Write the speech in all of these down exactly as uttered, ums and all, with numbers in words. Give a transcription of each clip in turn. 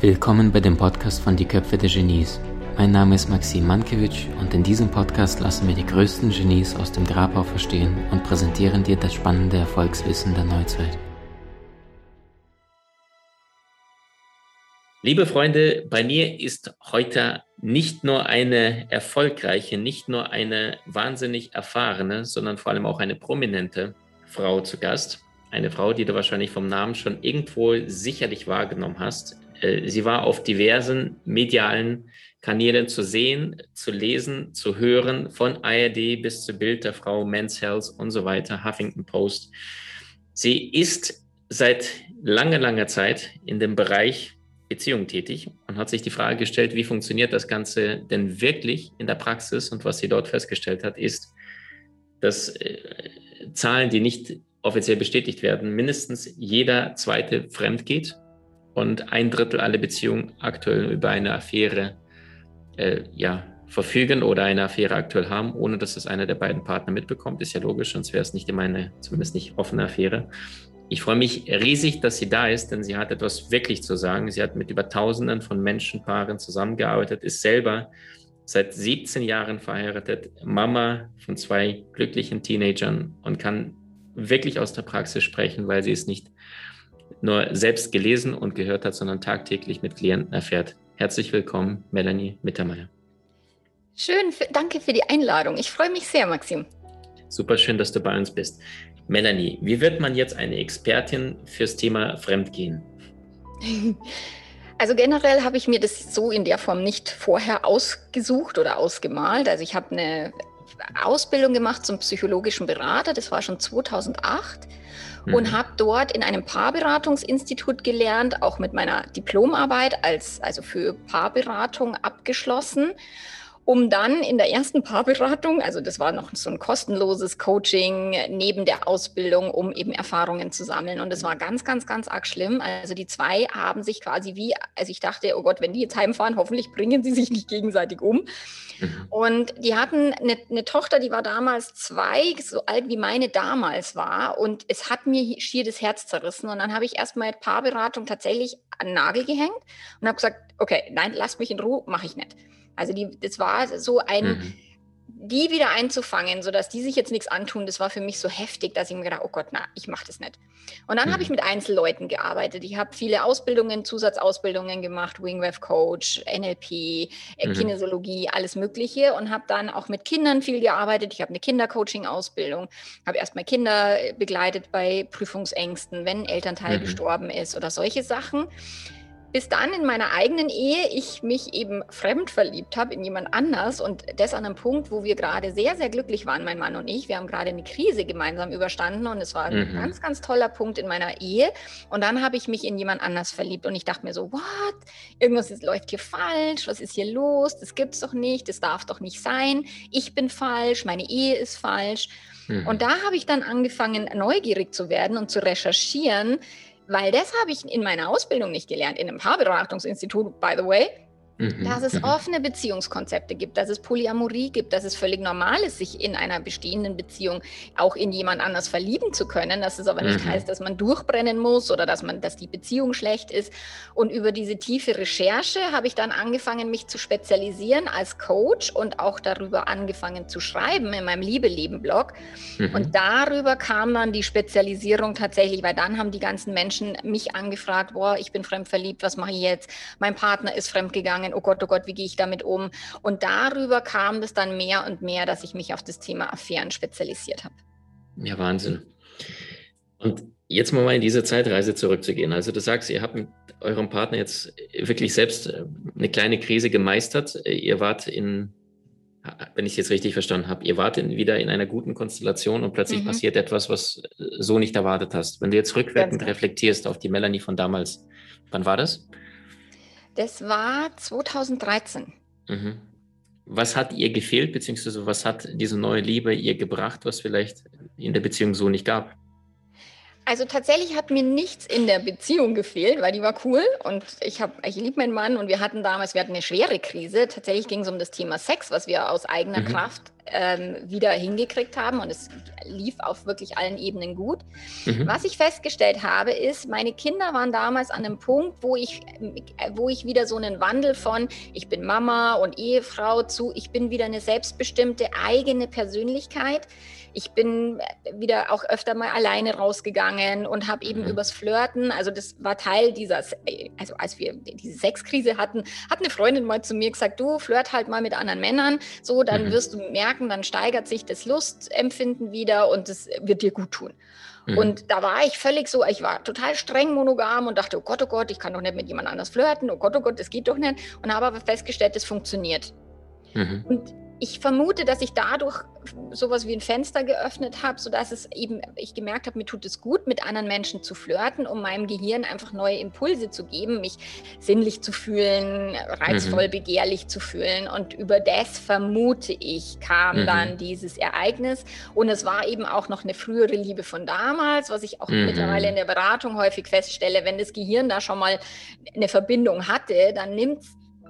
Willkommen bei dem Podcast von Die Köpfe der Genies. Mein Name ist Maxim Mankewitsch und in diesem Podcast lassen wir die größten Genies aus dem Grabau verstehen und präsentieren dir das spannende Erfolgswissen der Neuzeit. Liebe Freunde, bei mir ist heute nicht nur eine erfolgreiche, nicht nur eine wahnsinnig erfahrene, sondern vor allem auch eine prominente Frau zu Gast. Eine Frau, die du wahrscheinlich vom Namen schon irgendwo sicherlich wahrgenommen hast. Sie war auf diversen medialen Kanälen zu sehen, zu lesen, zu hören, von A R D bis zu Bild der Frau, Men's Health und so weiter, Huffington Post. Sie ist seit langer, langer Zeit in dem Bereich Beziehung tätig und hat sich die Frage gestellt, wie funktioniert das Ganze denn wirklich in der Praxis? Und was sie dort festgestellt hat, ist, dass äh, Zahlen, die nicht offiziell bestätigt werden, mindestens jeder zweite fremd geht und ein Drittel aller Beziehungen aktuell über eine Affäre äh, ja, verfügen oder eine Affäre aktuell haben, ohne dass es einer der beiden Partner mitbekommt. Ist ja logisch, sonst wäre es nicht immer eine, zumindest nicht offene Affäre. Ich freue mich riesig, dass sie da ist, denn sie hat etwas wirklich zu sagen. Sie hat mit über Tausenden von Menschenpaaren zusammengearbeitet, ist selber seit siebzehn Jahren verheiratet, Mama von zwei glücklichen Teenagern und kann wirklich aus der Praxis sprechen, weil sie es nicht nur selbst gelesen und gehört hat, sondern tagtäglich mit Klienten erfährt. Herzlich willkommen, Melanie Mittermeier. Schön, danke für die Einladung. Ich freue mich sehr, Maxim. Super schön, dass du bei uns bist. Melanie, wie wird man jetzt eine Expertin fürs Thema Fremdgehen? Also generell habe ich mir das so in der Form nicht vorher ausgesucht oder ausgemalt. Also ich habe eine Ausbildung gemacht zum psychologischen Berater, das war schon zweitausendacht. Mhm. Und habe dort in einem Paarberatungsinstitut gelernt, auch mit meiner Diplomarbeit als, also für Paarberatung abgeschlossen, um dann in der ersten Paarberatung, also das war noch so ein kostenloses Coaching neben der Ausbildung, um eben Erfahrungen zu sammeln. Und das war ganz, ganz, ganz arg schlimm. Also die zwei haben sich quasi wie, also ich dachte, oh Gott, wenn die jetzt heimfahren, hoffentlich bringen sie sich nicht gegenseitig um. Mhm. Und die hatten eine, eine Tochter, die war damals zwei, so alt wie meine damals war. Und es hat mir schier das Herz zerrissen. Und dann habe ich erstmal Paarberatung tatsächlich an den Nagel gehängt und habe gesagt, okay, nein, lasst mich in Ruhe, mache ich nicht. Also die, das war so ein, mhm. die wieder einzufangen, sodass die sich jetzt nichts antun, das war für mich so heftig, dass ich mir gedacht, oh Gott, na, ich mache das nicht. Und dann mhm. habe ich mit Einzelleuten gearbeitet. Ich habe viele Ausbildungen, Zusatzausbildungen gemacht, Wingwave Coach, N L P, mhm. Kinesiologie, alles Mögliche und habe dann auch mit Kindern viel gearbeitet. Ich habe eine Kindercoaching-Ausbildung, habe erstmal Kinder begleitet bei Prüfungsängsten, wenn ein Elternteil mhm. gestorben ist oder solche Sachen. Bis dann in meiner eigenen Ehe ich mich eben fremd verliebt habe in jemand anders und das an einem Punkt, wo wir gerade sehr, sehr glücklich waren, mein Mann und ich. Wir haben gerade eine Krise gemeinsam überstanden und es war ein mhm. ganz, ganz toller Punkt in meiner Ehe. Und dann habe ich mich in jemand anders verliebt und ich dachte mir so, what? Irgendwas ist, läuft hier falsch, was ist hier los? Das gibt's doch nicht, das darf doch nicht sein. Ich bin falsch, meine Ehe ist falsch. Mhm. Und da habe ich dann angefangen, neugierig zu werden und zu recherchieren, weil das habe ich in meiner Ausbildung nicht gelernt, in einem Paarberatungsinstitut, by the way, mhm. dass es offene Beziehungskonzepte gibt, dass es Polyamorie gibt, dass es völlig normal ist, sich in einer bestehenden Beziehung auch in jemand anders verlieben zu können, dass es aber nicht mhm. heißt, dass man durchbrennen muss oder dass man, dass die Beziehung schlecht ist. Und über diese tiefe Recherche habe ich dann angefangen, mich zu spezialisieren als Coach und auch darüber angefangen zu schreiben in meinem Liebe-Leben-Blog. Mhm. Und darüber kam dann die Spezialisierung tatsächlich, weil dann haben die ganzen Menschen mich angefragt, boah, ich bin fremdverliebt, was mache ich jetzt? Mein Partner ist fremdgegangen. Oh Gott, oh Gott, wie gehe ich damit um? Und darüber kam es dann mehr und mehr, dass ich mich auf das Thema Affären spezialisiert habe. Ja, Wahnsinn. Und jetzt mal in diese Zeitreise zurückzugehen. Also du sagst, ihr habt mit eurem Partner jetzt wirklich selbst eine kleine Krise gemeistert. Ihr wart in, wenn ich es jetzt richtig verstanden habe, ihr wart in, wieder in einer guten Konstellation und plötzlich mhm. passiert etwas, was so nicht erwartet hast. Wenn du jetzt rückwirkend reflektierst auf die Melanie von damals, wann war das? Das war zweitausenddreizehn. Mhm. Was hat ihr gefehlt, beziehungsweise was hat diese neue Liebe ihr gebracht, was vielleicht in der Beziehung so nicht gab? Also tatsächlich hat mir nichts in der Beziehung gefehlt, weil die war cool und ich habe, ich liebe meinen Mann und wir hatten damals, wir hatten eine schwere Krise. Tatsächlich ging es um das Thema Sex, was wir aus eigener mhm. Kraft ähm, wieder hingekriegt haben und es lief auf wirklich allen Ebenen gut. Mhm. Was ich festgestellt habe, ist, meine Kinder waren damals an einem Punkt, wo ich, wo ich wieder so einen Wandel von ich bin Mama und Ehefrau zu ich bin wieder eine selbstbestimmte eigene Persönlichkeit. Ich bin wieder auch öfter mal alleine rausgegangen und habe eben mhm. übers Flirten, also das war Teil dieser, also als wir diese Sexkrise hatten, hat eine Freundin mal zu mir gesagt, du flirt halt mal mit anderen Männern, so dann mhm. wirst du merken, dann steigert sich das Lustempfinden wieder und das wird dir gut tun. Mhm. Und da war ich völlig so, ich war total streng monogam und dachte, oh Gott, oh Gott, ich kann doch nicht mit jemand anders flirten, oh Gott, oh Gott, das geht doch nicht. Und habe aber festgestellt, das funktioniert. Mhm. Und ich vermute, dass ich dadurch sowas wie ein Fenster geöffnet habe, sodass es eben, ich gemerkt habe, mir tut es gut, mit anderen Menschen zu flirten, um meinem Gehirn einfach neue Impulse zu geben, mich sinnlich zu fühlen, reizvoll, mhm. begehrlich zu fühlen. Und über das, vermute ich, kam mhm. dann dieses Ereignis. Und es war eben auch noch eine frühere Liebe von damals, was ich auch mhm. mittlerweile in der Beratung häufig feststelle, wenn das Gehirn da schon mal eine Verbindung hatte, dann nimmt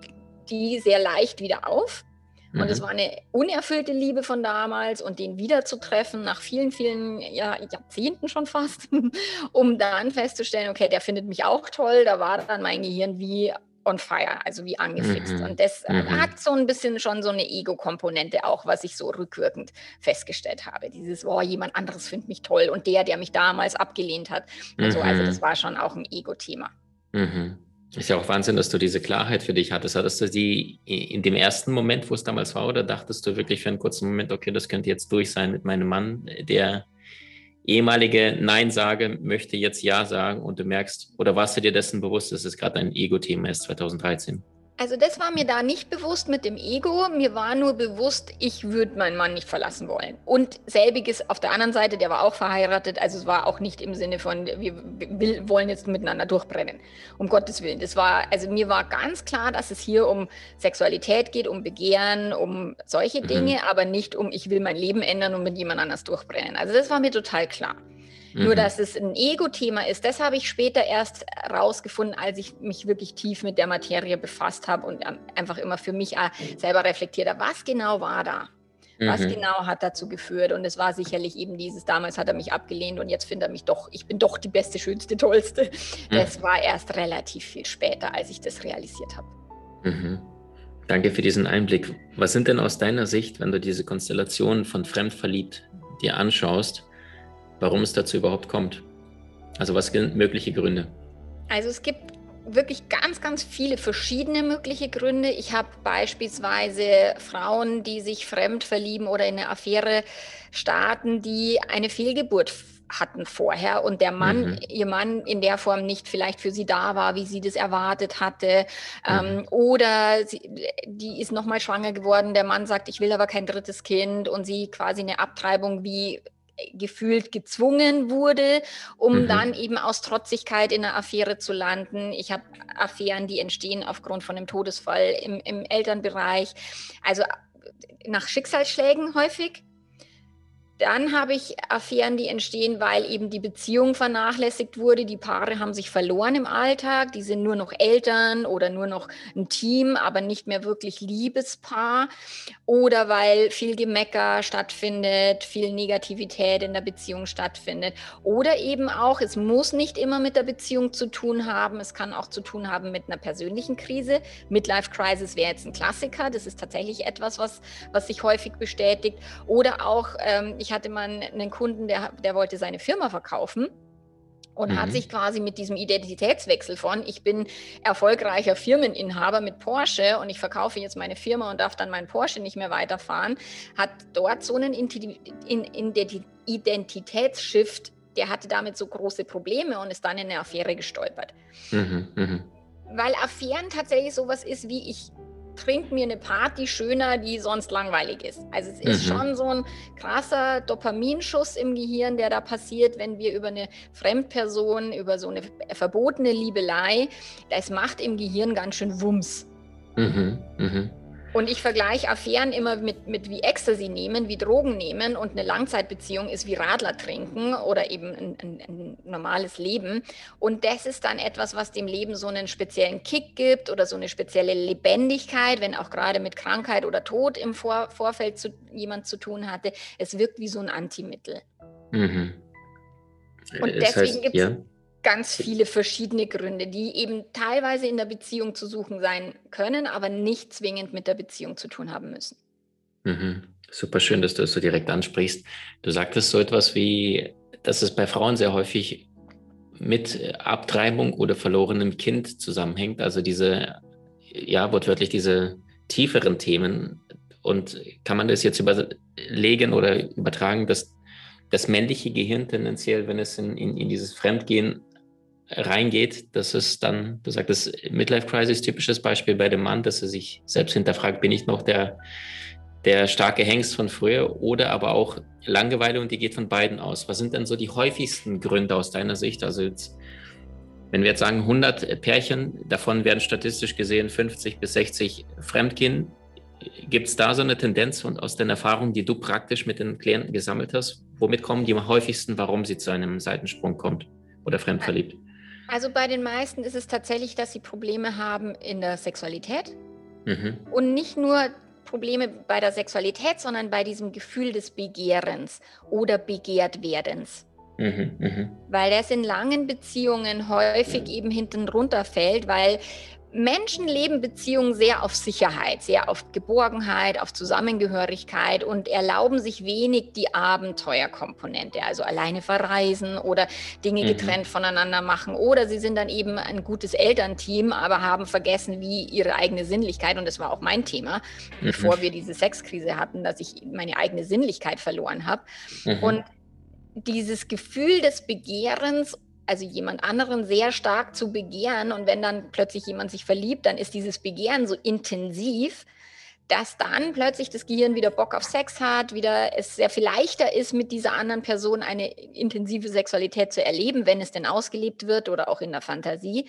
die sehr leicht wieder auf. Und es war eine unerfüllte Liebe von damals und den wiederzutreffen nach vielen, vielen ja, Jahrzehnten schon fast, um dann festzustellen, okay, der findet mich auch toll, da war dann mein Gehirn wie on fire, also wie angefixt. Mhm. Und das mhm. hat so ein bisschen schon so eine Ego-Komponente auch, was ich so rückwirkend festgestellt habe. Dieses, oh, jemand anderes findet mich toll und der, der mich damals abgelehnt hat. Und mhm. so, also das war schon auch ein Ego-Thema. Mhm. Ist ja auch Wahnsinn, dass du diese Klarheit für dich hattest. Hattest du die in dem ersten Moment, wo es damals war, oder dachtest du wirklich für einen kurzen Moment, okay, das könnte jetzt durch sein mit meinem Mann, der ehemalige Nein-Sage möchte jetzt Ja sagen und du merkst, oder warst du dir dessen bewusst, dass es gerade ein Ego-Thema ist zweitausenddreizehn? Also das war mir da nicht bewusst mit dem Ego, mir war nur bewusst, ich würde meinen Mann nicht verlassen wollen. Und selbiges auf der anderen Seite, der war auch verheiratet, also es war auch nicht im Sinne von, wir will, wollen jetzt miteinander durchbrennen, um Gottes Willen. Das war, also mir war ganz klar, dass es hier um Sexualität geht, um Begehren, um solche Dinge, mhm. aber nicht um, ich will mein Leben ändern und mit jemand anders durchbrennen. Also das war mir total klar. Mhm. Nur, dass es ein Ego-Thema ist, das habe ich später erst rausgefunden, als ich mich wirklich tief mit der Materie befasst habe und einfach immer für mich selber reflektiert habe, was genau war da? Mhm. Was genau hat dazu geführt? Und es war sicherlich eben dieses, damals hat er mich abgelehnt und jetzt findet er mich doch, ich bin doch die beste, schönste, tollste. Mhm. Das war erst relativ viel später, als ich das realisiert habe. Mhm. Danke für diesen Einblick. Was sind denn aus deiner Sicht, wenn du diese Konstellation von Fremdverliebt dir anschaust, warum es dazu überhaupt kommt? Also was sind mögliche Gründe? Also es gibt wirklich ganz, ganz viele verschiedene mögliche Gründe. Ich habe beispielsweise Frauen, die sich fremd verlieben oder in eine Affäre starten, die eine Fehlgeburt hatten vorher und der Mann, mhm. ihr Mann in der Form nicht vielleicht für sie da war, wie sie das erwartet hatte. Mhm. Ähm, oder sie, die ist nochmal schwanger geworden, der Mann sagt, ich will aber kein drittes Kind und sie quasi eine Abtreibung wie gefühlt gezwungen wurde, um mhm. dann eben aus Trotzigkeit in einer Affäre zu landen. Ich habe Affären, die entstehen aufgrund von einem Todesfall im, im Elternbereich, also nach Schicksalsschlägen häufig. Dann habe ich Affären, die entstehen, weil eben die Beziehung vernachlässigt wurde. Die Paare haben sich verloren im Alltag. Die sind nur noch Eltern oder nur noch ein Team, aber nicht mehr wirklich Liebespaar. Oder weil viel Gemecker stattfindet, viel Negativität in der Beziehung stattfindet. Oder eben auch, es muss nicht immer mit der Beziehung zu tun haben. Es kann auch zu tun haben mit einer persönlichen Krise. Midlife Crisis wäre jetzt ein Klassiker. Das ist tatsächlich etwas, was, was sich häufig bestätigt. Oder auch, ähm, ich Ich hatte mal einen Kunden, der, der wollte seine Firma verkaufen und mhm. hat sich quasi mit diesem Identitätswechsel von, ich bin erfolgreicher Firmeninhaber mit Porsche und ich verkaufe jetzt meine Firma und darf dann meinen Porsche nicht mehr weiterfahren, hat dort so einen Identitätsshift, der hatte damit so große Probleme und ist dann in eine Affäre gestolpert. Mhm. Mhm. Weil Affären tatsächlich sowas ist wie, ich trinkt mir eine Party schöner, die sonst langweilig ist. Also es ist mhm. schon so ein krasser Dopaminschuss im Gehirn, der da passiert, wenn wir über eine Fremdperson, über so eine verbotene Liebelei, das macht im Gehirn ganz schön Wumms. Mhm. Mhm. Und ich vergleiche Affären immer mit, mit wie Ecstasy nehmen, wie Drogen nehmen, und eine Langzeitbeziehung ist wie Radler trinken oder eben ein, ein, ein normales Leben. Und das ist dann etwas, was dem Leben so einen speziellen Kick gibt oder so eine spezielle Lebendigkeit, wenn auch gerade mit Krankheit oder Tod im Vor Vorfeld zu, jemand zu tun hatte. Es wirkt wie so ein Antimittel. Mhm. Und Das deswegen heißt, gibt es ja. ganz viele verschiedene Gründe, die eben teilweise in der Beziehung zu suchen sein können, aber nicht zwingend mit der Beziehung zu tun haben müssen. Mhm. Super schön, dass du es so direkt ansprichst. Du sagtest so etwas wie, dass es bei Frauen sehr häufig mit Abtreibung oder verlorenem Kind zusammenhängt. Also diese, ja, wortwörtlich diese tieferen Themen. Und kann man das jetzt überlegen oder übertragen, dass das männliche Gehirn tendenziell, wenn es in, in, in dieses Fremdgehen reingeht, dass es dann, du sagtest, Midlife-Crisis, typisches Beispiel bei dem Mann, dass er sich selbst hinterfragt, bin ich noch der, der starke Hengst von früher, oder aber auch Langeweile, und die geht von beiden aus. Was sind denn so die häufigsten Gründe aus deiner Sicht? Also jetzt, wenn wir jetzt sagen hundert Pärchen, davon werden statistisch gesehen fünfzig bis sechzig fremdgehen. Gibt es da so eine Tendenz und aus den Erfahrungen, die du praktisch mit den Klienten gesammelt hast? Womit kommen die am häufigsten, warum sie zu einem Seitensprung kommt oder fremdverliebt? Also bei den meisten ist es tatsächlich, dass sie Probleme haben in der Sexualität. Mhm. Und nicht nur Probleme bei der Sexualität, sondern bei diesem Gefühl des Begehrens oder Begehrtwerdens. Mhm, mh. Weil das in langen Beziehungen häufig eben hinten runterfällt, weil Menschen leben Beziehungen sehr auf Sicherheit, sehr auf Geborgenheit, auf Zusammengehörigkeit und erlauben sich wenig die Abenteuerkomponente, also alleine verreisen oder Dinge getrennt mhm. voneinander machen, oder sie sind dann eben ein gutes Elternteam, aber haben vergessen, wie ihre eigene Sinnlichkeit, und das war auch mein Thema, mhm. bevor wir diese Sexkrise hatten, dass ich meine eigene Sinnlichkeit verloren habe. Mhm. Und dieses Gefühl des Begehrens, also jemand anderen sehr stark zu begehren, und wenn dann plötzlich jemand sich verliebt, dann ist dieses Begehren so intensiv, dass dann plötzlich das Gehirn wieder Bock auf Sex hat, wieder es sehr viel leichter ist, mit dieser anderen Person eine intensive Sexualität zu erleben, wenn es denn ausgelebt wird oder auch in der Fantasie.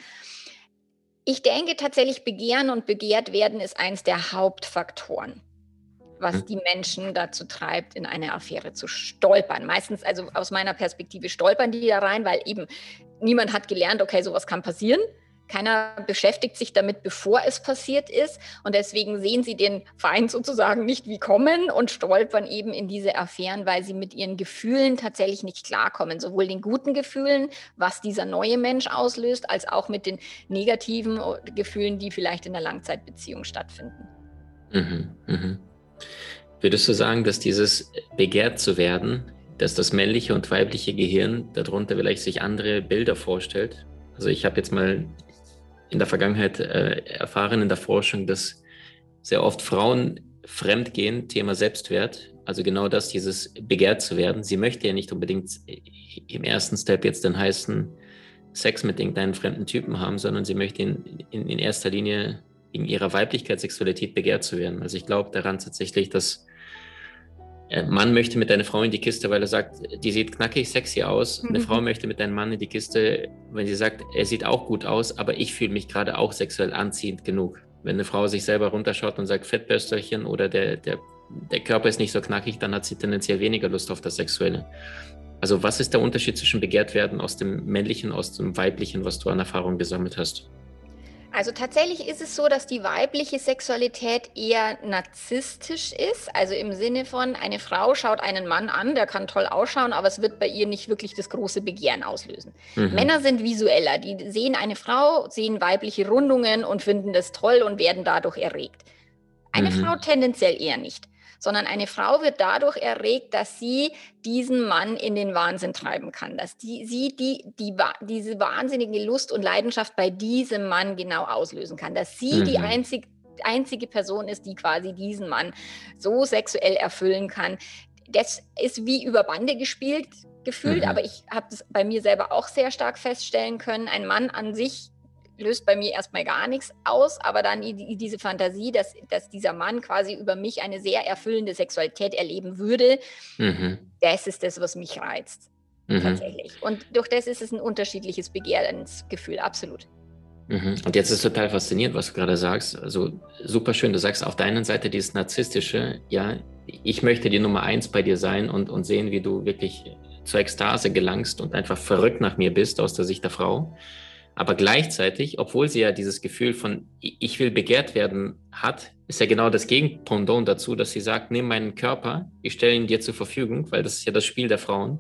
Ich denke tatsächlich, Begehren und begehrt werden ist eins der Hauptfaktoren, was die Menschen dazu treibt, in eine Affäre zu stolpern. Meistens, also aus meiner Perspektive, stolpern die da rein, weil eben niemand hat gelernt, okay, sowas kann passieren. Keiner beschäftigt sich damit, bevor es passiert ist. Und deswegen sehen sie den Feind sozusagen nicht wie kommen und stolpern eben in diese Affären, weil sie mit ihren Gefühlen tatsächlich nicht klarkommen. Sowohl den guten Gefühlen, was dieser neue Mensch auslöst, als auch mit den negativen Gefühlen, die vielleicht in der Langzeitbeziehung stattfinden. Mhm, mhm. Würdest du sagen, dass dieses begehrt zu werden, dass das männliche und weibliche Gehirn darunter vielleicht sich andere Bilder vorstellt? Also ich habe jetzt mal in der Vergangenheit äh, erfahren in der Forschung, dass sehr oft Frauen fremdgehen, Thema Selbstwert, also genau das, dieses begehrt zu werden. Sie möchte ja nicht unbedingt im ersten Step jetzt den heißen Sex mit irgendeinem fremden Typen haben, sondern sie möchte in, in, in erster Linie in ihrer Weiblichkeit, Sexualität begehrt zu werden. Also ich glaube daran tatsächlich, dass ein Mann möchte mit einer Frau in die Kiste, weil er sagt, die sieht knackig, sexy aus. Eine mhm. Frau möchte mit einem Mann in die Kiste, wenn sie sagt, er sieht auch gut aus, aber ich fühle mich gerade auch sexuell anziehend genug. Wenn eine Frau sich selber runterschaut und sagt, Fettpösterchen oder der, der, der Körper ist nicht so knackig, dann hat sie tendenziell weniger Lust auf das Sexuelle. Also was ist der Unterschied zwischen begehrt werden aus dem Männlichen, aus dem Weiblichen, was du an Erfahrung gesammelt hast? Also tatsächlich ist es so, dass die weibliche Sexualität eher narzisstisch ist, also im Sinne von, eine Frau schaut einen Mann an, der kann toll ausschauen, aber es wird bei ihr nicht wirklich das große Begehren auslösen. Mhm. Männer sind visueller, die sehen eine Frau, sehen weibliche Rundungen und finden das toll und werden dadurch erregt. Eine mhm. Frau tendenziell eher nicht, sondern eine Frau wird dadurch erregt, dass sie diesen Mann in den Wahnsinn treiben kann, dass die, sie die, die, diese wahnsinnige Lust und Leidenschaft bei diesem Mann genau auslösen kann, dass sie mhm. die einzig, einzige Person ist, die quasi diesen Mann so sexuell erfüllen kann. Das ist wie über Bande gespielt, gefühlt, mhm. aber ich habe das bei mir selber auch sehr stark feststellen können. Ein Mann an sich löst bei mir erstmal gar nichts aus, aber dann die, diese Fantasie, dass, dass dieser Mann quasi über mich eine sehr erfüllende Sexualität erleben würde, mhm. das ist das, was mich reizt, mhm. tatsächlich. Und durch das ist es ein unterschiedliches Begehrensgefühl, absolut. Mhm. Und jetzt ist total faszinierend, was du gerade sagst. Also super schön. Du sagst auf der einen Seite dieses Narzisstische, ja, ich möchte die Nummer eins bei dir sein und, und sehen, wie du wirklich zur Ekstase gelangst und einfach verrückt nach mir bist aus der Sicht der Frau. Aber gleichzeitig, obwohl sie ja dieses Gefühl von ich will begehrt werden hat, ist ja genau das Gegenpendant dazu, dass sie sagt, nimm meinen Körper, ich stelle ihn dir zur Verfügung, weil das ist ja das Spiel der Frauen.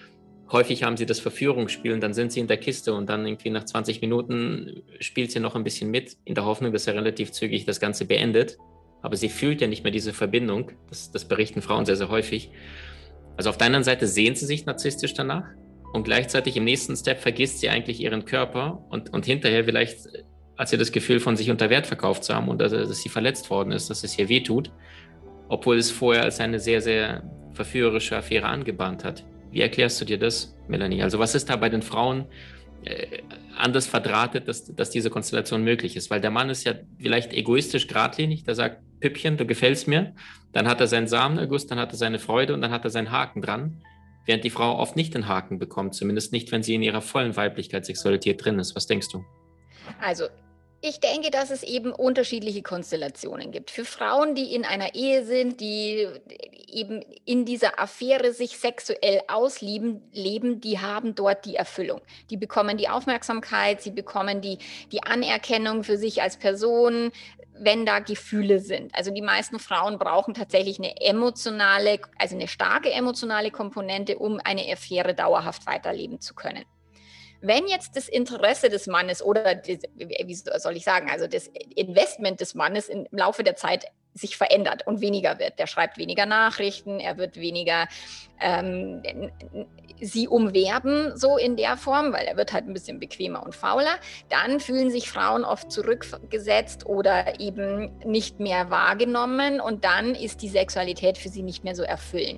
Häufig haben sie das Verführungsspiel und dann sind sie in der Kiste und dann irgendwie nach zwanzig Minuten spielt sie noch ein bisschen mit, in der Hoffnung, dass er relativ zügig das Ganze beendet. Aber sie fühlt ja nicht mehr diese Verbindung. Das, das berichten Frauen sehr, sehr häufig. Also auf der anderen Seite sehnt sie sich narzisstisch danach und gleichzeitig im nächsten Step vergisst sie eigentlich ihren Körper und, und hinterher vielleicht hat sie das Gefühl von sich unter Wert verkauft zu haben und dass, dass sie verletzt worden ist, dass es ihr wehtut, obwohl es vorher als eine sehr, sehr verführerische Affäre angebahnt hat. Wie erklärst du dir das, Melanie? Also was ist da bei den Frauen äh, anders verdrahtet, dass, dass diese Konstellation möglich ist? Weil der Mann ist ja vielleicht egoistisch geradlinig, der sagt, Püppchen, du gefällst mir. Dann hat er seinen Samenerguss, dann hat er seine Freude und dann hat er seinen Haken dran. Während die Frau oft nicht den Haken bekommt, zumindest nicht, wenn sie in ihrer vollen Weiblichkeit, Sexualität drin ist. Was denkst du? Also ich denke, dass es eben unterschiedliche Konstellationen gibt. Für Frauen, die in einer Ehe sind, die eben in dieser Affäre sich sexuell auslieben, leben, die haben dort die Erfüllung. Die bekommen die Aufmerksamkeit, sie bekommen die, die Anerkennung für sich als Person, wenn da Gefühle sind. Also die meisten Frauen brauchen tatsächlich eine emotionale, also eine starke emotionale Komponente, um eine Affäre dauerhaft weiterleben zu können. Wenn jetzt das Interesse des Mannes oder, das, wie soll ich sagen, also das Investment des Mannes im Laufe der Zeit sich verändert und weniger wird, der schreibt weniger Nachrichten, er wird weniger ähm, sie umwerben, so in der Form, weil er wird halt ein bisschen bequemer und fauler, dann fühlen sich Frauen oft zurückgesetzt oder eben nicht mehr wahrgenommen und dann ist die Sexualität für sie nicht mehr so erfüllend.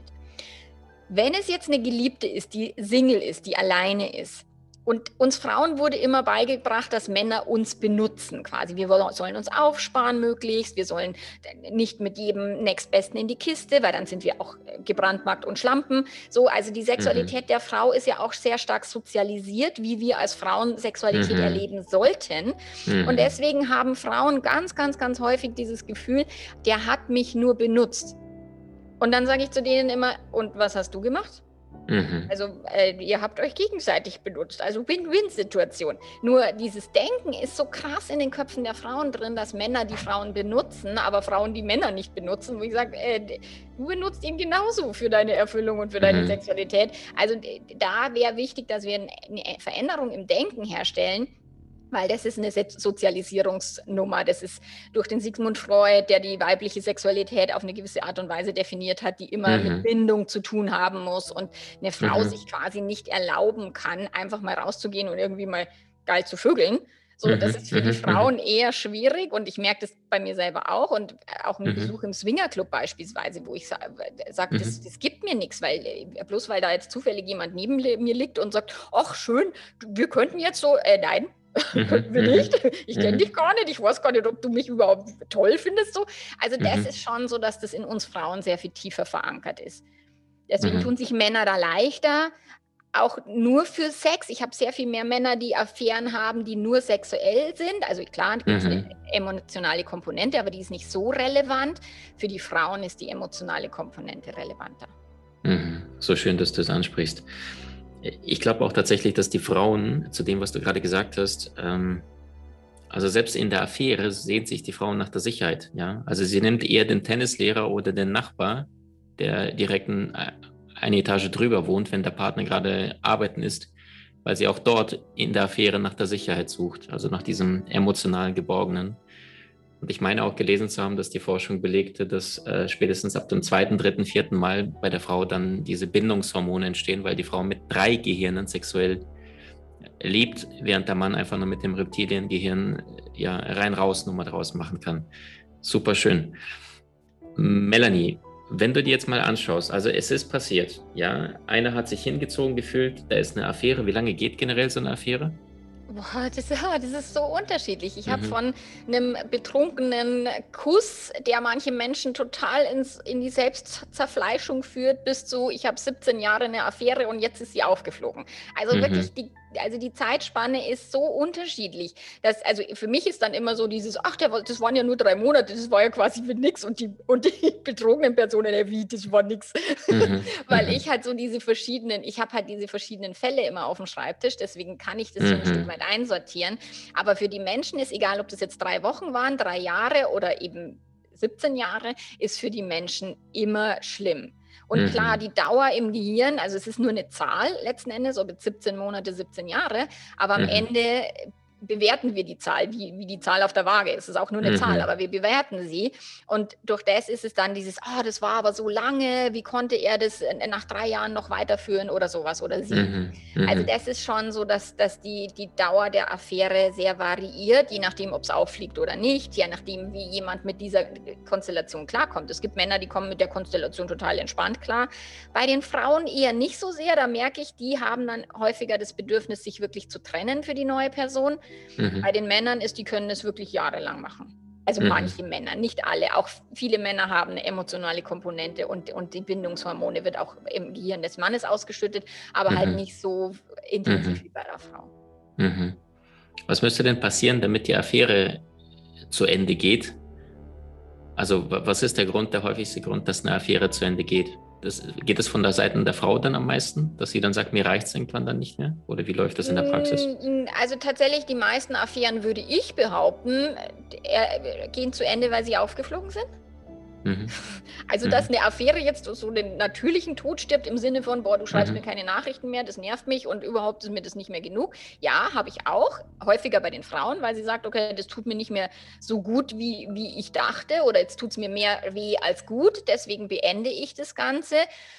Wenn es jetzt eine Geliebte ist, die Single ist, die alleine ist, und uns Frauen wurde immer beigebracht, dass Männer uns benutzen quasi. Wir sollen uns aufsparen möglichst, wir sollen nicht mit jedem Nächstbesten in die Kiste, weil dann sind wir auch gebrandmarkt und Schlampen. So, also die Sexualität mhm. der Frau ist ja auch sehr stark sozialisiert, wie wir als Frauen Sexualität mhm. erleben sollten. Mhm. Und deswegen haben Frauen ganz, ganz, ganz häufig dieses Gefühl, der hat mich nur benutzt. Und dann sage ich zu denen immer, und was hast du gemacht? Mhm. Also äh, ihr habt euch gegenseitig benutzt, also Win-Win-Situation. Nur dieses Denken ist so krass in den Köpfen der Frauen drin, dass Männer die Frauen benutzen, aber Frauen die Männer nicht benutzen. Wo ich sage, äh, du benutzt ihn genauso für deine Erfüllung und für deine mhm. Sexualität. Also da wäre wichtig, dass wir eine Veränderung im Denken herstellen, weil das ist eine Sozialisierungsnummer. Das ist durch den Sigmund Freud, der die weibliche Sexualität auf eine gewisse Art und Weise definiert hat, die immer mhm. mit Bindung zu tun haben muss und eine Frau mhm. sich quasi nicht erlauben kann, einfach mal rauszugehen und irgendwie mal geil zu vögeln. So, mhm. das ist für die Frauen eher schwierig und ich merke das bei mir selber auch und auch im mhm. Besuch im Swingerclub beispielsweise, wo ich sage, sag, mhm. das, das gibt mir nichts, weil bloß weil da jetzt zufällig jemand neben mir liegt und sagt, ach schön, wir könnten jetzt so, äh, nein, könnten wir nicht. Ich kenne dich gar nicht. Ich weiß gar nicht, ob du mich überhaupt toll findest. So. Also das mhm. ist schon so, dass das in uns Frauen sehr viel tiefer verankert ist. Deswegen mhm. tun sich Männer da leichter, auch nur für Sex. Ich habe sehr viel mehr Männer, die Affären haben, die nur sexuell sind. Also klar, da gibt es mhm. eine emotionale Komponente, aber die ist nicht so relevant. Für die Frauen ist die emotionale Komponente relevanter. Mhm. So schön, dass du das ansprichst. Ich glaube auch tatsächlich, dass die Frauen, zu dem, was du gerade gesagt hast, ähm, also selbst in der Affäre sehnt sich die Frau nach der Sicherheit. Ja? Also sie nimmt eher den Tennislehrer oder den Nachbar, der direkt ein, eine Etage drüber wohnt, wenn der Partner gerade arbeiten ist, weil sie auch dort in der Affäre nach der Sicherheit sucht, also nach diesem emotional Geborgenen. Und ich meine auch gelesen zu haben, dass die Forschung belegte, dass äh, spätestens ab dem zweiten, dritten, vierten Mal bei der Frau dann diese Bindungshormone entstehen, weil die Frau mit drei Gehirnen sexuell lebt, während der Mann einfach nur mit dem Reptiliengehirn ja rein-raus-Nummer draus machen kann. Super schön. Melanie, wenn du dir jetzt mal anschaust, also es ist passiert, ja, einer hat sich hingezogen gefühlt, da ist eine Affäre. Wie lange geht generell so eine Affäre? Boah, das, ja, das ist so unterschiedlich. Ich habe Mhm. von einem betrunkenen Kuss, der manche Menschen total ins, in die Selbstzerfleischung führt, bis zu, ich habe siebzehn Jahre eine Affäre und jetzt ist sie aufgeflogen. Also Mhm. wirklich, die, also die Zeitspanne ist so unterschiedlich. Dass, also für mich ist dann immer so dieses, ach, der, das waren ja nur drei Monate, das war ja quasi für nix. Und die, und die betrogenen Personen, ja, wie, das war nix. Mhm. Weil Mhm. ich halt so diese verschiedenen, ich habe halt diese verschiedenen Fälle immer auf dem Schreibtisch, deswegen kann ich das so ein Stück Mhm. weit einsortieren. Aber für die Menschen ist egal, ob das jetzt drei Wochen waren, drei Jahre oder eben siebzehn Jahre, ist für die Menschen immer schlimm. Und klar, Mhm. die Dauer im Gehirn, also es ist nur eine Zahl letzten Endes, ob jetzt siebzehn Monate, siebzehn Jahre, aber am Mhm. Ende bewerten wir die Zahl, wie, wie die Zahl auf der Waage. Es ist auch nur eine Zahl, Mhm. aber wir bewerten sie. Und durch das ist es dann dieses, oh, das war aber so lange, wie konnte er das nach drei Jahren noch weiterführen oder sowas oder sie. Mhm. Also Mhm. das ist schon so, dass, dass die, die Dauer der Affäre sehr variiert, je nachdem, ob es auffliegt oder nicht, je nachdem, wie jemand mit dieser Konstellation klarkommt. Es gibt Männer, die kommen mit der Konstellation total entspannt klar. Bei den Frauen eher nicht so sehr. Da merke ich, die haben dann häufiger das Bedürfnis, sich wirklich zu trennen für die neue Person. Bei Mhm. den Männern ist, die können es wirklich jahrelang machen. Also Mhm. manche Männer, nicht alle. Auch viele Männer haben eine emotionale Komponente und, und die Bindungshormone wird auch im Gehirn des Mannes ausgeschüttet, aber halt Mhm. nicht so intensiv Mhm. wie bei der Frau. Mhm. Was müsste denn passieren, damit die Affäre zu Ende geht? Also was ist der Grund, der häufigste Grund, dass eine Affäre zu Ende geht? Das, geht es von der Seite der Frau dann am meisten, dass sie dann sagt, mir reicht es irgendwann dann nicht mehr? Oder wie läuft das in der Praxis? Also tatsächlich, die meisten Affären, würde ich behaupten, äh, gehen zu Ende, weil sie aufgeflogen sind. Mhm. Also, dass Mhm. eine Affäre jetzt so den natürlichen Tod stirbt, im Sinne von, boah, du schreibst mir Mhm. keine Nachrichten mehr, das nervt mich und überhaupt ist mir das nicht mehr genug. Ja, habe ich auch. Häufiger bei den Frauen, weil sie sagt, okay, das tut mir nicht mehr so gut, wie, wie ich dachte oder jetzt tut es mir mehr weh als gut. Deswegen beende ich das Ganze.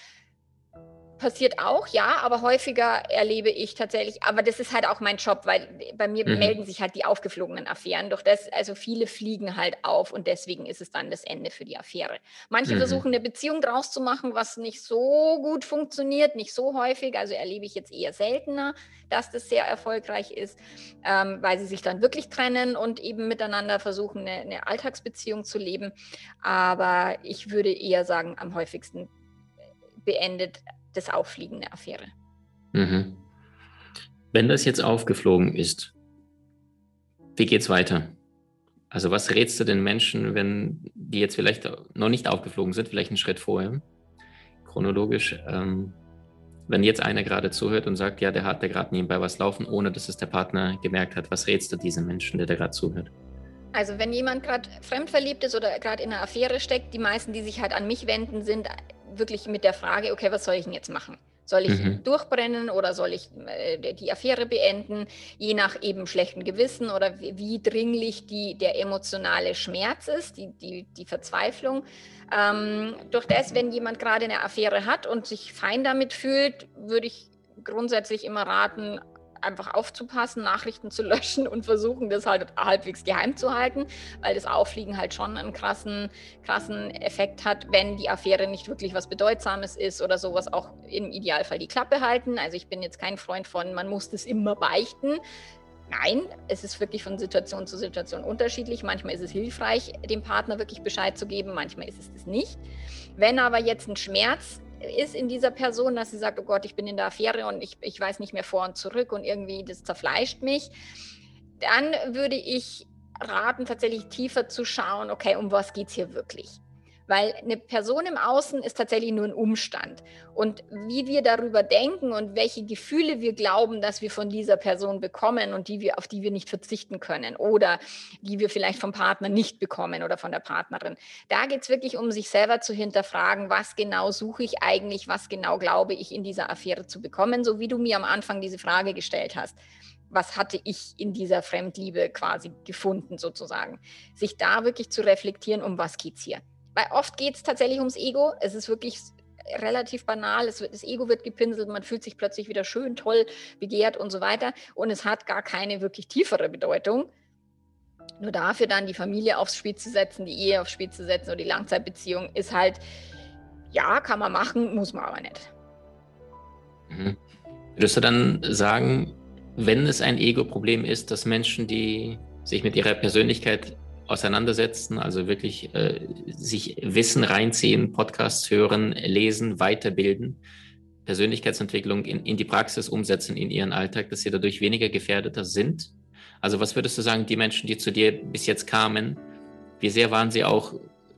Passiert auch, ja, aber häufiger erlebe ich tatsächlich, aber das ist halt auch mein Job, weil bei mir Mhm. melden sich halt die aufgeflogenen Affären. Doch das, also viele fliegen halt auf und deswegen ist es dann das Ende für die Affäre. Manche Mhm. versuchen eine Beziehung draus zu machen, was nicht so gut funktioniert, nicht so häufig, also erlebe ich jetzt eher seltener, dass das sehr erfolgreich ist, ähm, weil sie sich dann wirklich trennen und eben miteinander versuchen, eine, eine Alltagsbeziehung zu leben. Aber ich würde eher sagen, am häufigsten beendet das Auffliegen der Affäre. Mhm. Wenn das jetzt aufgeflogen ist, wie geht's weiter? Also was rätst du den Menschen, wenn die jetzt vielleicht noch nicht aufgeflogen sind, vielleicht einen Schritt vorher, chronologisch, ähm, wenn jetzt einer gerade zuhört und sagt, ja, der hat da gerade nebenbei was laufen, ohne dass es der Partner gemerkt hat, was rätst du diesem Menschen, der da gerade zuhört? Also wenn jemand gerade fremdverliebt ist oder gerade in einer Affäre steckt, die meisten, die sich halt an mich wenden, sind wirklich mit der Frage, okay, was soll ich denn jetzt machen? Soll ich Mhm. durchbrennen oder soll ich äh, die Affäre beenden, je nach eben schlechten Gewissen oder wie, wie dringlich die, der emotionale Schmerz ist, die, die, die Verzweiflung. Ähm, durch das, wenn jemand gerade eine Affäre hat und sich fein damit fühlt, würde ich grundsätzlich immer raten, einfach aufzupassen, Nachrichten zu löschen und versuchen, das halt halbwegs geheim zu halten, weil das Auffliegen halt schon einen krassen, krassen Effekt hat, wenn die Affäre nicht wirklich was Bedeutsames ist oder sowas, auch im Idealfall die Klappe halten. Also ich bin jetzt kein Freund von, man muss das immer beichten. Nein, es ist wirklich von Situation zu Situation unterschiedlich. Manchmal ist es hilfreich, dem Partner wirklich Bescheid zu geben, manchmal ist es das nicht. Wenn aber jetzt ein Schmerz ist in dieser Person, dass sie sagt, oh Gott, ich bin in der Affäre und ich, ich weiß nicht mehr vor und zurück und irgendwie das zerfleischt mich, dann würde ich raten, tatsächlich tiefer zu schauen, okay, um was geht es hier wirklich? Weil eine Person im Außen ist tatsächlich nur ein Umstand. Und wie wir darüber denken und welche Gefühle wir glauben, dass wir von dieser Person bekommen und die wir, auf die wir nicht verzichten können oder die wir vielleicht vom Partner nicht bekommen oder von der Partnerin. Da geht es wirklich um sich selber zu hinterfragen, was genau suche ich eigentlich, was genau glaube ich in dieser Affäre zu bekommen, so wie du mir am Anfang diese Frage gestellt hast. Was hatte ich in dieser Fremdliebe quasi gefunden sozusagen? Sich da wirklich zu reflektieren, um was geht es hier? Weil oft geht es tatsächlich ums Ego. Es ist wirklich relativ banal. Es wird, das Ego wird gepinselt, man fühlt sich plötzlich wieder schön, toll, begehrt und so weiter. Und es hat gar keine wirklich tiefere Bedeutung. Nur dafür dann die Familie aufs Spiel zu setzen, die Ehe aufs Spiel zu setzen oder die Langzeitbeziehung ist halt, ja, kann man machen, muss man aber nicht. Mhm. Würdest du dann sagen, wenn es ein Ego-Problem ist, dass Menschen, die sich mit ihrer Persönlichkeit auseinandersetzen, also wirklich äh, sich Wissen reinziehen, Podcasts hören, lesen, weiterbilden, Persönlichkeitsentwicklung in, in die Praxis umsetzen in ihren Alltag, dass sie dadurch weniger gefährdeter sind? Also was würdest du sagen, die Menschen, die zu dir bis jetzt kamen, wie sehr waren sie auch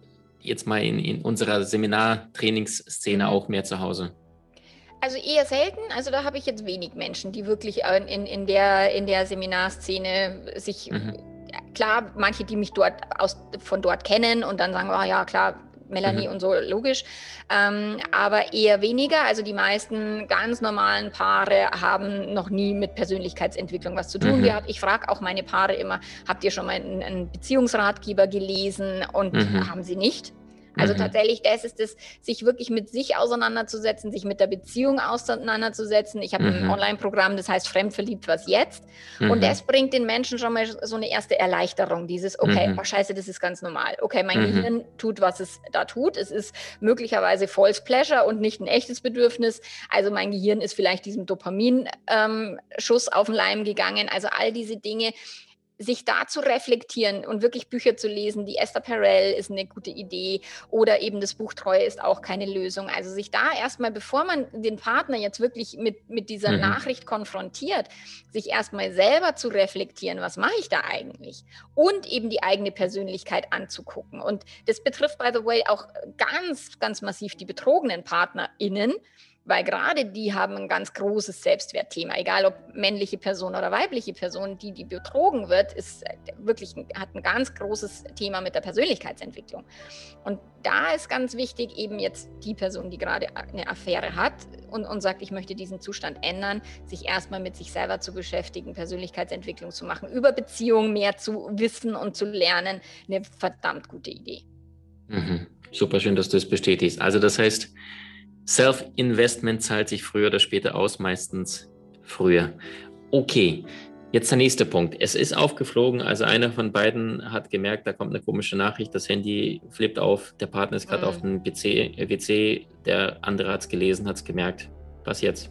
jetzt mal in, in unserer Seminar-Trainingsszene Mhm. auch mehr zu Hause? Also eher selten, also da habe ich jetzt wenig Menschen, die wirklich in, in, der, in der Seminarszene sich, Mhm. klar, manche, die mich dort aus, von dort kennen und dann sagen, oh ja, klar, Melanie Mhm. und so, logisch, ähm, aber eher weniger. Also die meisten ganz normalen Paare haben noch nie mit Persönlichkeitsentwicklung was zu tun Mhm. gehabt. Ich frage auch meine Paare immer, habt ihr schon mal einen, einen Beziehungsratgeber gelesen? Und Mhm. haben sie nicht. Also Mhm. tatsächlich, das ist es, sich wirklich mit sich auseinanderzusetzen, sich mit der Beziehung auseinanderzusetzen. Ich habe Mhm. ein Online-Programm, das heißt Fremdverliebt, was jetzt? Mhm. Und das bringt den Menschen schon mal so eine erste Erleichterung. Dieses, okay, Mhm. oh scheiße, das ist ganz normal. Okay, mein Mhm. Gehirn tut, was es da tut. Es ist möglicherweise False Pleasure und nicht ein echtes Bedürfnis. Also mein Gehirn ist vielleicht diesem Dopamin-Schuss ähm, auf den Leim gegangen. Also all diese Dinge, sich da zu reflektieren und wirklich Bücher zu lesen. Die Esther Perel ist eine gute Idee oder eben das Buch Treue ist auch keine Lösung. Also sich da erstmal, bevor man den Partner jetzt wirklich mit, mit dieser Mhm. Nachricht konfrontiert, sich erstmal selber zu reflektieren, was mache ich da eigentlich? Und eben die eigene Persönlichkeit anzugucken. Und das betrifft, by the way, auch ganz, ganz massiv die betrogenen PartnerInnen, weil gerade die haben ein ganz großes Selbstwertthema, egal ob männliche Person oder weibliche Person, die, die betrogen wird, ist wirklich, hat ein ganz großes Thema mit der Persönlichkeitsentwicklung. Und da ist ganz wichtig, eben jetzt die Person, die gerade eine Affäre hat und, und sagt, ich möchte diesen Zustand ändern, sich erstmal mit sich selber zu beschäftigen, Persönlichkeitsentwicklung zu machen, über Beziehungen mehr zu wissen und zu lernen, eine verdammt gute Idee. Mhm. Super schön, dass du es bestätigst. Also das heißt, Self-Investment zahlt sich früher oder später aus, meistens früher. Okay, jetzt der nächste Punkt. Es ist aufgeflogen, also einer von beiden hat gemerkt, da kommt eine komische Nachricht, das Handy flippt auf, der Partner ist gerade Mm. auf dem P C, äh, W C, der andere hat es gelesen, hat es gemerkt. Was jetzt?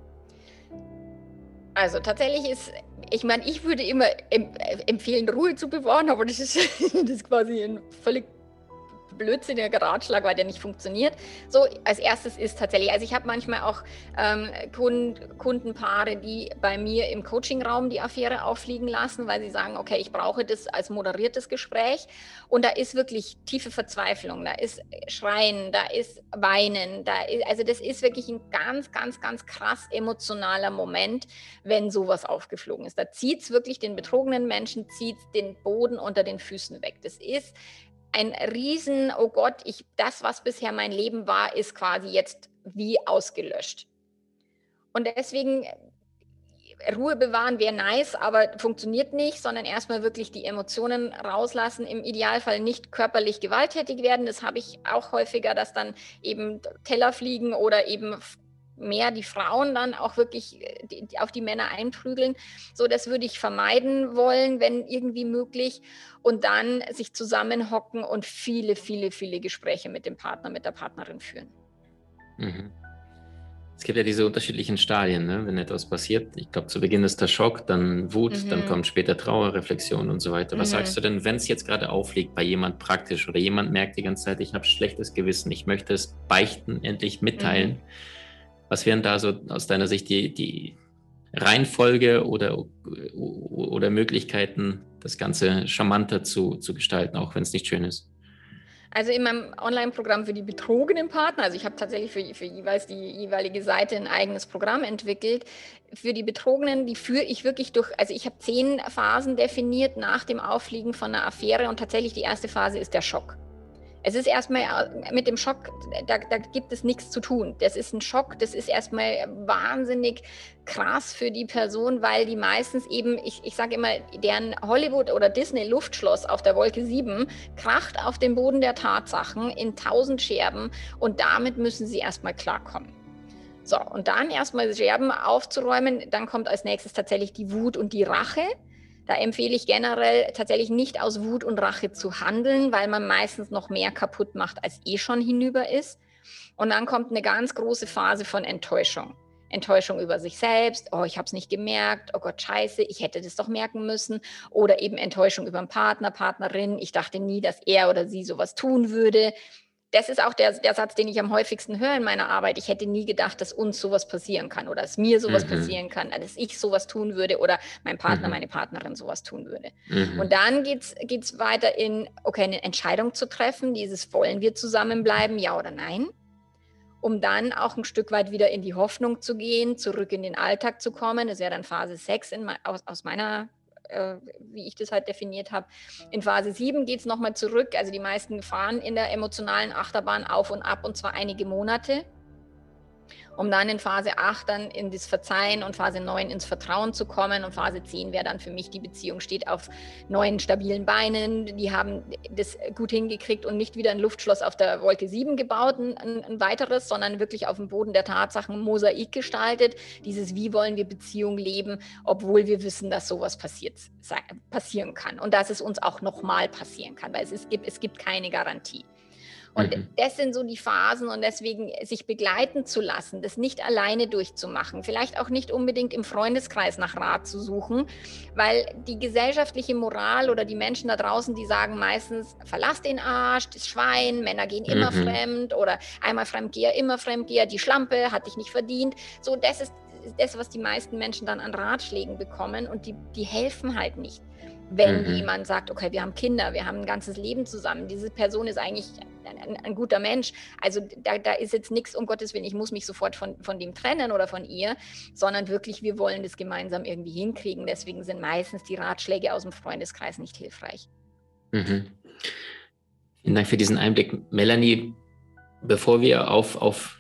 Also tatsächlich ist, ich meine, ich würde immer empfehlen, Ruhe zu bewahren, aber das ist, das ist quasi ein völlig blödsinniger Ratschlag, weil der nicht funktioniert. So, als erstes ist tatsächlich, also ich habe manchmal auch ähm, Kunden, Kundenpaare, die bei mir im Coachingraum die Affäre auffliegen lassen, weil sie sagen, okay, ich brauche das als moderiertes Gespräch. Und da ist wirklich tiefe Verzweiflung, da ist Schreien, da ist Weinen, da ist, also das ist wirklich ein ganz, ganz, ganz krass emotionaler Moment, wenn sowas aufgeflogen ist. Da zieht es wirklich den betrogenen Menschen, zieht den Boden unter den Füßen weg. Das ist ein riesen, oh Gott, ich, das, was bisher mein Leben war, ist quasi jetzt wie ausgelöscht. Und deswegen, Ruhe bewahren wäre nice, aber funktioniert nicht, sondern erstmal wirklich die Emotionen rauslassen, im Idealfall nicht körperlich gewalttätig werden. Das habe ich auch häufiger, dass dann eben Teller fliegen oder eben mehr die Frauen dann auch wirklich die, die auf die Männer einprügeln. So, das würde ich vermeiden wollen, wenn irgendwie möglich. Und dann sich zusammenhocken und viele, viele, viele Gespräche mit dem Partner, mit der Partnerin führen. Mhm. Es gibt ja diese unterschiedlichen Stadien, ne? Wenn etwas passiert. Ich glaube, zu Beginn ist der Schock, dann Wut, mhm. dann kommt später Trauer, Reflexion und so weiter. Was mhm. sagst du denn, wenn es jetzt gerade aufliegt bei jemand praktisch oder jemand merkt die ganze Zeit, ich habe schlechtes Gewissen, ich möchte es beichten, endlich mitteilen. Mhm. Was wären da so aus deiner Sicht die, die Reihenfolge oder, oder Möglichkeiten, das Ganze charmanter zu, zu gestalten, auch wenn es nicht schön ist? Also in meinem Online-Programm für die betrogenen Partner, also ich habe tatsächlich für, für jeweils die jeweilige Seite ein eigenes Programm entwickelt. Für die Betrogenen, die führe ich wirklich durch, also ich habe zehn Phasen definiert nach dem Auffliegen von einer Affäre und tatsächlich die erste Phase ist der Schock. Es ist erstmal mit dem Schock, da, da gibt es nichts zu tun. Das ist ein Schock, das ist erstmal wahnsinnig krass für die Person, weil die meistens eben, ich, ich sage immer, deren Hollywood- oder Disney-Luftschloss auf der Wolke sieben kracht auf den Boden der Tatsachen in tausend Scherben und damit müssen sie erstmal klarkommen. So, und dann erstmal Scherben aufzuräumen, dann kommt als nächstes tatsächlich die Wut und die Rache. Da empfehle ich generell tatsächlich nicht aus Wut und Rache zu handeln, weil man meistens noch mehr kaputt macht, als eh schon hinüber ist. Und dann kommt eine ganz große Phase von Enttäuschung. Enttäuschung über sich selbst, oh, ich habe es nicht gemerkt, oh Gott, scheiße, ich hätte das doch merken müssen. Oder eben Enttäuschung über einen Partner, Partnerin, ich dachte nie, dass er oder sie sowas tun würde. Das ist auch der, der Satz, den ich am häufigsten höre in meiner Arbeit. Ich hätte nie gedacht, dass uns sowas passieren kann oder dass mir sowas mhm. passieren kann, dass ich sowas tun würde oder mein Partner, mhm. meine Partnerin sowas tun würde. Mhm. Und dann geht's, geht's weiter in, okay, eine Entscheidung zu treffen, dieses wollen wir zusammenbleiben, ja oder nein? Um dann auch ein Stück weit wieder in die Hoffnung zu gehen, zurück in den Alltag zu kommen. Das wäre dann Phase sechs in, aus, aus meiner Äh, wie ich das halt definiert habe. In Phase sieben geht es nochmal zurück. Also die meisten fahren in der emotionalen Achterbahn auf und ab und zwar einige Monate, um dann in Phase acht dann in das Verzeihen und Phase neun ins Vertrauen zu kommen. Und Phase zehn wäre dann für mich, die Beziehung steht auf neuen, stabilen Beinen. Die haben das gut hingekriegt und nicht wieder ein Luftschloss auf der Wolke sieben gebaut, ein, ein weiteres, sondern wirklich auf dem Boden der Tatsachen ein Mosaik gestaltet. Dieses, wie wollen wir Beziehung leben, obwohl wir wissen, dass sowas passiert, passieren kann. Und dass es uns auch nochmal passieren kann, weil es, ist, es gibt keine Garantie. Und mhm. das sind so die Phasen und deswegen sich begleiten zu lassen, das nicht alleine durchzumachen, vielleicht auch nicht unbedingt im Freundeskreis nach Rat zu suchen, weil die gesellschaftliche Moral oder die Menschen da draußen, die sagen meistens, verlass den Arsch, das Schwein, Männer gehen immer mhm. fremd oder einmal Fremdgeher, immer Fremdgeher, die Schlampe hat dich nicht verdient. So, das ist das, was die meisten Menschen dann an Ratschlägen bekommen und die, die helfen halt nicht. Wenn mhm. jemand sagt, okay, wir haben Kinder, wir haben ein ganzes Leben zusammen, diese Person ist eigentlich ein, ein, ein guter Mensch, also da, da ist jetzt nichts, um Gottes Willen, ich muss mich sofort von, von dem trennen oder von ihr, sondern wirklich, wir wollen das gemeinsam irgendwie hinkriegen. Deswegen sind meistens die Ratschläge aus dem Freundeskreis nicht hilfreich. Mhm. Vielen Dank für diesen Einblick. Melanie, bevor wir auf, auf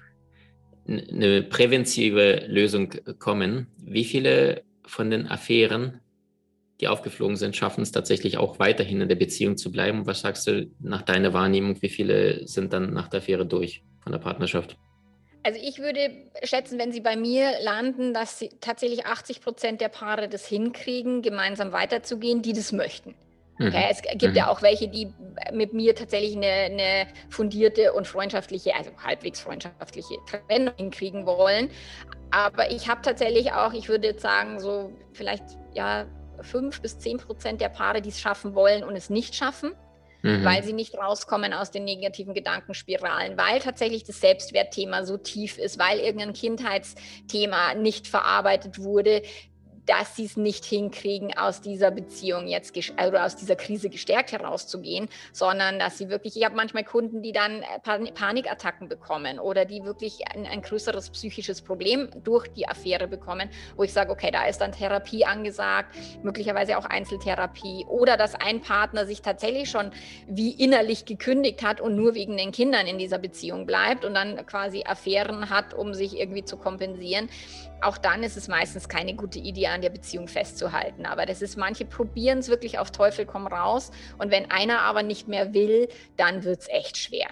eine präventive Lösung kommen, wie viele von den Affären, die aufgeflogen sind, schaffen es tatsächlich auch weiterhin in der Beziehung zu bleiben? Was sagst du nach deiner Wahrnehmung, wie viele sind dann nach der Affäre durch von der Partnerschaft? Also ich würde schätzen, wenn sie bei mir landen, dass sie tatsächlich achtzig Prozent der Paare das hinkriegen, gemeinsam weiterzugehen, die das möchten. Okay, es gibt mhm. ja auch welche, die mit mir tatsächlich eine, eine fundierte und freundschaftliche, also halbwegs freundschaftliche Trennung hinkriegen wollen. Aber ich habe tatsächlich auch, ich würde jetzt sagen, so vielleicht ja fünf bis zehn Prozent der Paare, die es schaffen wollen und es nicht schaffen, mhm. weil sie nicht rauskommen aus den negativen Gedankenspiralen, weil tatsächlich das Selbstwertthema so tief ist, weil irgendein Kindheitsthema nicht verarbeitet wurde, dass sie es nicht hinkriegen, aus dieser Beziehung jetzt, also aus dieser Krise gestärkt herauszugehen, sondern dass sie wirklich, ich habe manchmal Kunden, die dann Panikattacken bekommen oder die wirklich ein, ein größeres psychisches Problem durch die Affäre bekommen, wo ich sage, okay, da ist dann Therapie angesagt, möglicherweise auch Einzeltherapie oder dass ein Partner sich tatsächlich schon wie innerlich gekündigt hat und nur wegen den Kindern in dieser Beziehung bleibt und dann quasi Affären hat, um sich irgendwie zu kompensieren. Auch dann ist es meistens keine gute Idee, an der Beziehung festzuhalten. Aber das ist, manche probieren es wirklich auf Teufel komm raus. Und wenn einer aber nicht mehr will, dann wird es echt schwer.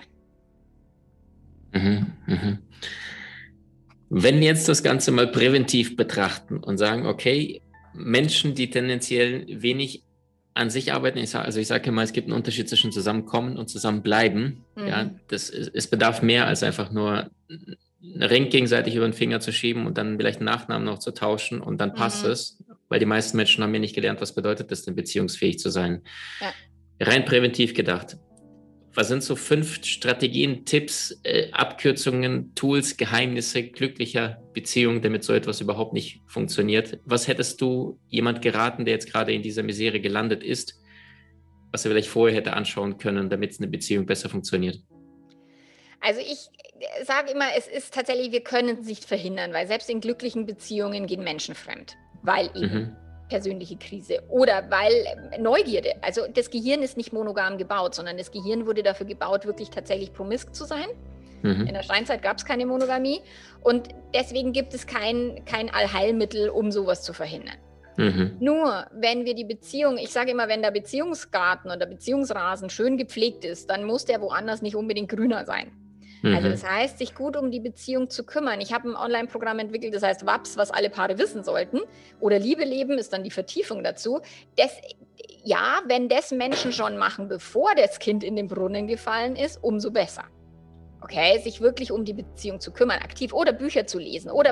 Mhm, mhm. Wenn wir jetzt das Ganze mal präventiv betrachten und sagen, okay, Menschen, die tendenziell wenig an sich arbeiten, ich sag, also ich sage immer, es gibt einen Unterschied zwischen zusammenkommen und zusammenbleiben. Mhm. Ja, das, es bedarf mehr als einfach nur einen Ring gegenseitig über den Finger zu schieben und dann vielleicht einen Nachnamen noch zu tauschen und dann passt mhm. es, weil die meisten Menschen haben ja nicht gelernt, was bedeutet es denn, beziehungsfähig zu sein. Ja. Rein präventiv gedacht, was sind so fünf Strategien, Tipps, äh, Abkürzungen, Tools, Geheimnisse glücklicher Beziehungen, damit so etwas überhaupt nicht funktioniert? Was hättest du jemand geraten, der jetzt gerade in dieser Misere gelandet ist, was er vielleicht vorher hätte anschauen können, damit eine Beziehung besser funktioniert? Also ich sage immer, es ist tatsächlich, wir können es nicht verhindern, weil selbst in glücklichen Beziehungen gehen Menschen fremd, weil eben mhm. persönliche Krise oder weil Neugierde. Also das Gehirn ist nicht monogam gebaut, sondern das Gehirn wurde dafür gebaut, wirklich tatsächlich promisk zu sein. Mhm. In der Steinzeit gab es keine Monogamie und deswegen gibt es kein, kein Allheilmittel, um sowas zu verhindern. Mhm. Nur, wenn wir die Beziehung, ich sage immer, wenn der Beziehungsgarten oder Beziehungsrasen schön gepflegt ist, dann muss der woanders nicht unbedingt grüner sein. Also das heißt, sich gut um die Beziehung zu kümmern. Ich habe ein Online-Programm entwickelt, das heißt W A P S, was alle Paare wissen sollten. Oder Liebe leben ist dann die Vertiefung dazu. Das, ja, wenn das Menschen schon machen, bevor das Kind in den Brunnen gefallen ist, umso besser. Okay, sich wirklich um die Beziehung zu kümmern, aktiv oder Bücher zu lesen oder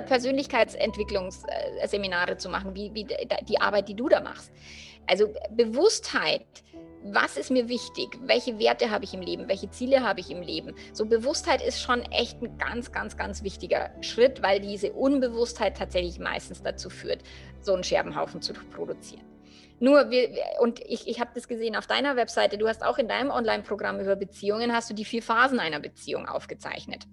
Persönlichkeitsentwicklungsseminare zu machen, wie, wie die Arbeit, die du da machst. Also Bewusstheit, was ist mir wichtig, welche Werte habe ich im Leben, welche Ziele habe ich im Leben. So Bewusstheit ist schon echt ein ganz, ganz, ganz wichtiger Schritt, weil diese Unbewusstheit tatsächlich meistens dazu führt, so einen Scherbenhaufen zu produzieren. Nur, wir, und ich, ich habe das gesehen auf deiner Webseite, du hast auch in deinem Online-Programm über Beziehungen, hast du die vier Phasen einer Beziehung aufgezeichnet.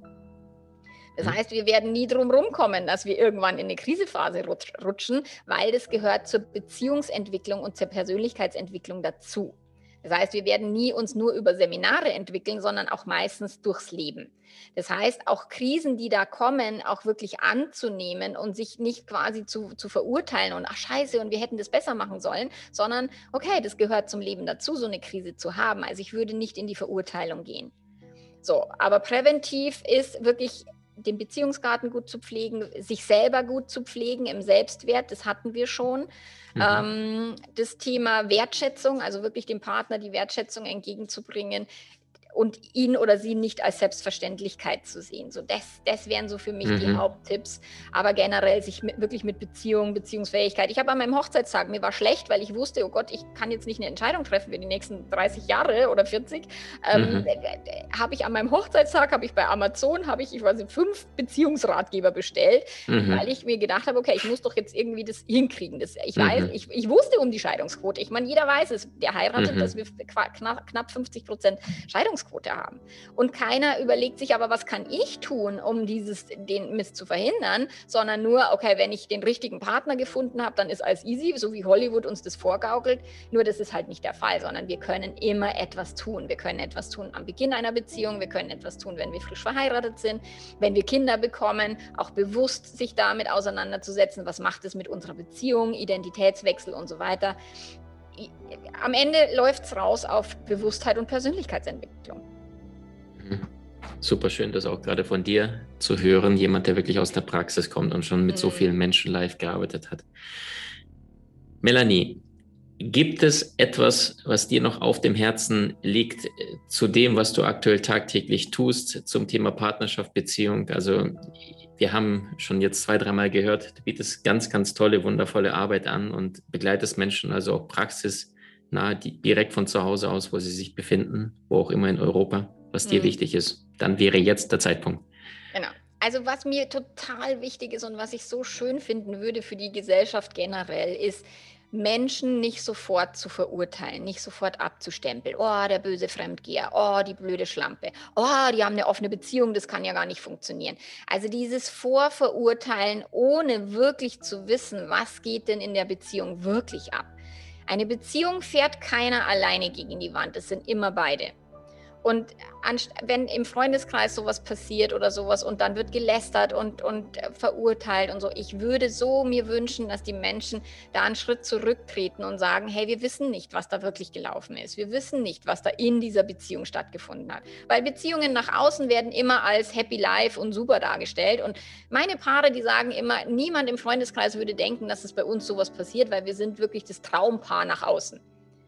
Das heißt, wir werden nie drum rumkommen, dass wir irgendwann in eine Krisephase rutschen, weil das gehört zur Beziehungsentwicklung und zur Persönlichkeitsentwicklung dazu. Das heißt, wir werden nie uns nur über Seminare entwickeln, sondern auch meistens durchs Leben. Das heißt, auch Krisen, die da kommen, auch wirklich anzunehmen und sich nicht quasi zu, zu verurteilen und ach scheiße und wir hätten das besser machen sollen, sondern okay, das gehört zum Leben dazu, so eine Krise zu haben. Also ich würde nicht in die Verurteilung gehen. So, aber präventiv ist wirklich den Beziehungsgarten gut zu pflegen, sich selber gut zu pflegen im Selbstwert, das hatten wir schon. Mhm. Ähm, das Thema Wertschätzung, also wirklich dem Partner die Wertschätzung entgegenzubringen und ihn oder sie nicht als Selbstverständlichkeit zu sehen. So das, das wären so für mich mhm. die Haupttipps. Aber generell sich mit, wirklich mit Beziehung, Beziehungsfähigkeit. Ich habe an meinem Hochzeitstag, mir war schlecht, weil ich wusste, oh Gott, ich kann jetzt nicht eine Entscheidung treffen für die nächsten dreißig Jahre oder vierzig. Ähm, mhm. habe ich an meinem Hochzeitstag, habe ich bei Amazon, habe ich, ich weiß nicht, fünf Beziehungsratgeber bestellt, mhm. weil ich mir gedacht habe, okay, ich muss doch jetzt irgendwie das hinkriegen. Das, ich, mhm. weiß, ich, ich wusste um die Scheidungsquote. Ich meine, jeder weiß es, der heiratet, mhm. dass wir knapp, knapp fünfzig Prozent Scheidungsquote haben. Und keiner überlegt sich aber, was kann ich tun, um dieses, den Mist zu verhindern, sondern nur, okay, wenn ich den richtigen Partner gefunden habe, dann ist alles easy, so wie Hollywood uns das vorgaukelt. Nur das ist halt nicht der Fall, sondern wir können immer etwas tun. Wir können etwas tun am Beginn einer Beziehung, wir können etwas tun, wenn wir frisch verheiratet sind, wenn wir Kinder bekommen, auch bewusst sich damit auseinanderzusetzen, was macht es mit unserer Beziehung, Identitätswechsel und so weiter. Am Ende läuft es raus auf Bewusstheit und Persönlichkeitsentwicklung. Super schön, das auch gerade von dir zu hören, jemand, der wirklich aus der Praxis kommt und schon mit mhm. so vielen Menschen live gearbeitet hat. Melanie, gibt es etwas, was dir noch auf dem Herzen liegt, zu dem, was du aktuell tagtäglich tust, zum Thema Partnerschaft, Beziehung? Also wir haben schon jetzt zwei, dreimal gehört, du bietest ganz, ganz tolle, wundervolle Arbeit an und begleitest Menschen, also auch praxisnah, direkt von zu Hause aus, wo sie sich befinden, wo auch immer in Europa, was dir mhm. wichtig ist. Dann wäre jetzt der Zeitpunkt. Genau. Also was mir total wichtig ist und was ich so schön finden würde für die Gesellschaft generell, ist, Menschen nicht sofort zu verurteilen, nicht sofort abzustempeln. Oh, der böse Fremdgeher, oh, die blöde Schlampe, oh, die haben eine offene Beziehung, das kann ja gar nicht funktionieren. Also dieses Vorverurteilen, ohne wirklich zu wissen, was geht denn in der Beziehung wirklich ab. Eine Beziehung fährt keiner alleine gegen die Wand, es sind immer beide. Und wenn im Freundeskreis sowas passiert oder sowas und dann wird gelästert und, und verurteilt und so, ich würde so mir wünschen, dass die Menschen da einen Schritt zurücktreten und sagen, hey, wir wissen nicht, was da wirklich gelaufen ist. Wir wissen nicht, was da in dieser Beziehung stattgefunden hat. Weil Beziehungen nach außen werden immer als Happy Life und super dargestellt. Und meine Paare, die sagen immer, niemand im Freundeskreis würde denken, dass es bei uns sowas passiert, weil wir sind wirklich das Traumpaar nach außen.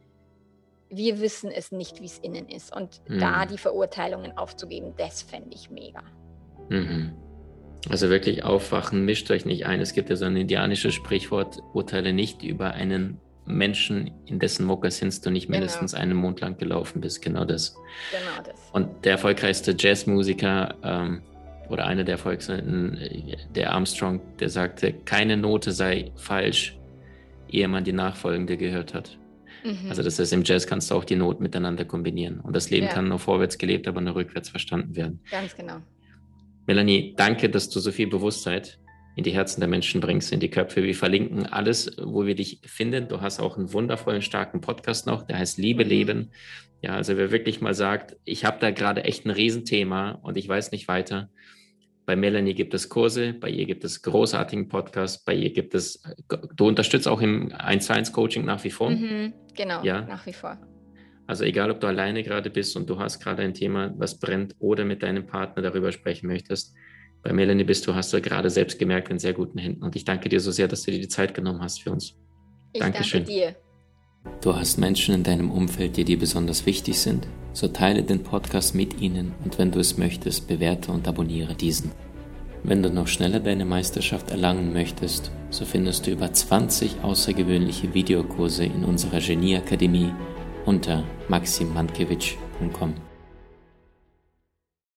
Wir wissen es nicht, wie es innen ist. Und mhm. da die Verurteilungen aufzugeben, das fände ich mega. Mhm. Also wirklich aufwachen, mischt euch nicht ein. Es gibt ja so ein indianisches Sprichwort, urteile nicht über einen Menschen, in dessen Mokassins du nicht mindestens genau. einen Mond lang gelaufen bist. Genau das. Genau das. Und der erfolgreichste Jazzmusiker ähm, oder einer der erfolgreichsten, der Armstrong, der sagte, keine Note sei falsch, ehe man die nachfolgende gehört hat. Mhm. Also das heißt, im Jazz kannst du auch die Noten miteinander kombinieren. Und das Leben ja. kann nur vorwärts gelebt, aber nur rückwärts verstanden werden. Ganz genau. Melanie, danke, dass du so viel Bewusstheit in die Herzen der Menschen bringst, in die Köpfe. Wir verlinken alles, wo wir dich finden. Du hast auch einen wundervollen, starken Podcast noch, der heißt Liebe mhm. leben. Ja, also wer wirklich mal sagt, ich habe da gerade echt ein Riesenthema und ich weiß nicht weiter. Bei Melanie gibt es Kurse, bei ihr gibt es großartigen Podcasts, bei ihr gibt es, du unterstützt auch im eins zu eins Coaching nach wie vor. Mhm, genau, ja? nach wie vor. Also egal, ob du alleine gerade bist und du hast gerade ein Thema, was brennt oder mit deinem Partner darüber sprechen möchtest, bei Melanie bist du, hast du gerade selbst gemerkt, in sehr guten Händen. Und ich danke dir so sehr, dass du dir die Zeit genommen hast für uns. Ich Dankeschön. danke dir. Du hast Menschen in deinem Umfeld, die dir besonders wichtig sind? So teile den Podcast mit ihnen und wenn du es möchtest, bewerte und abonniere diesen. Wenn du noch schneller deine Meisterschaft erlangen möchtest, so findest du über zwanzig außergewöhnliche Videokurse in unserer Genieakademie unter maxim mankiewicz punkt com.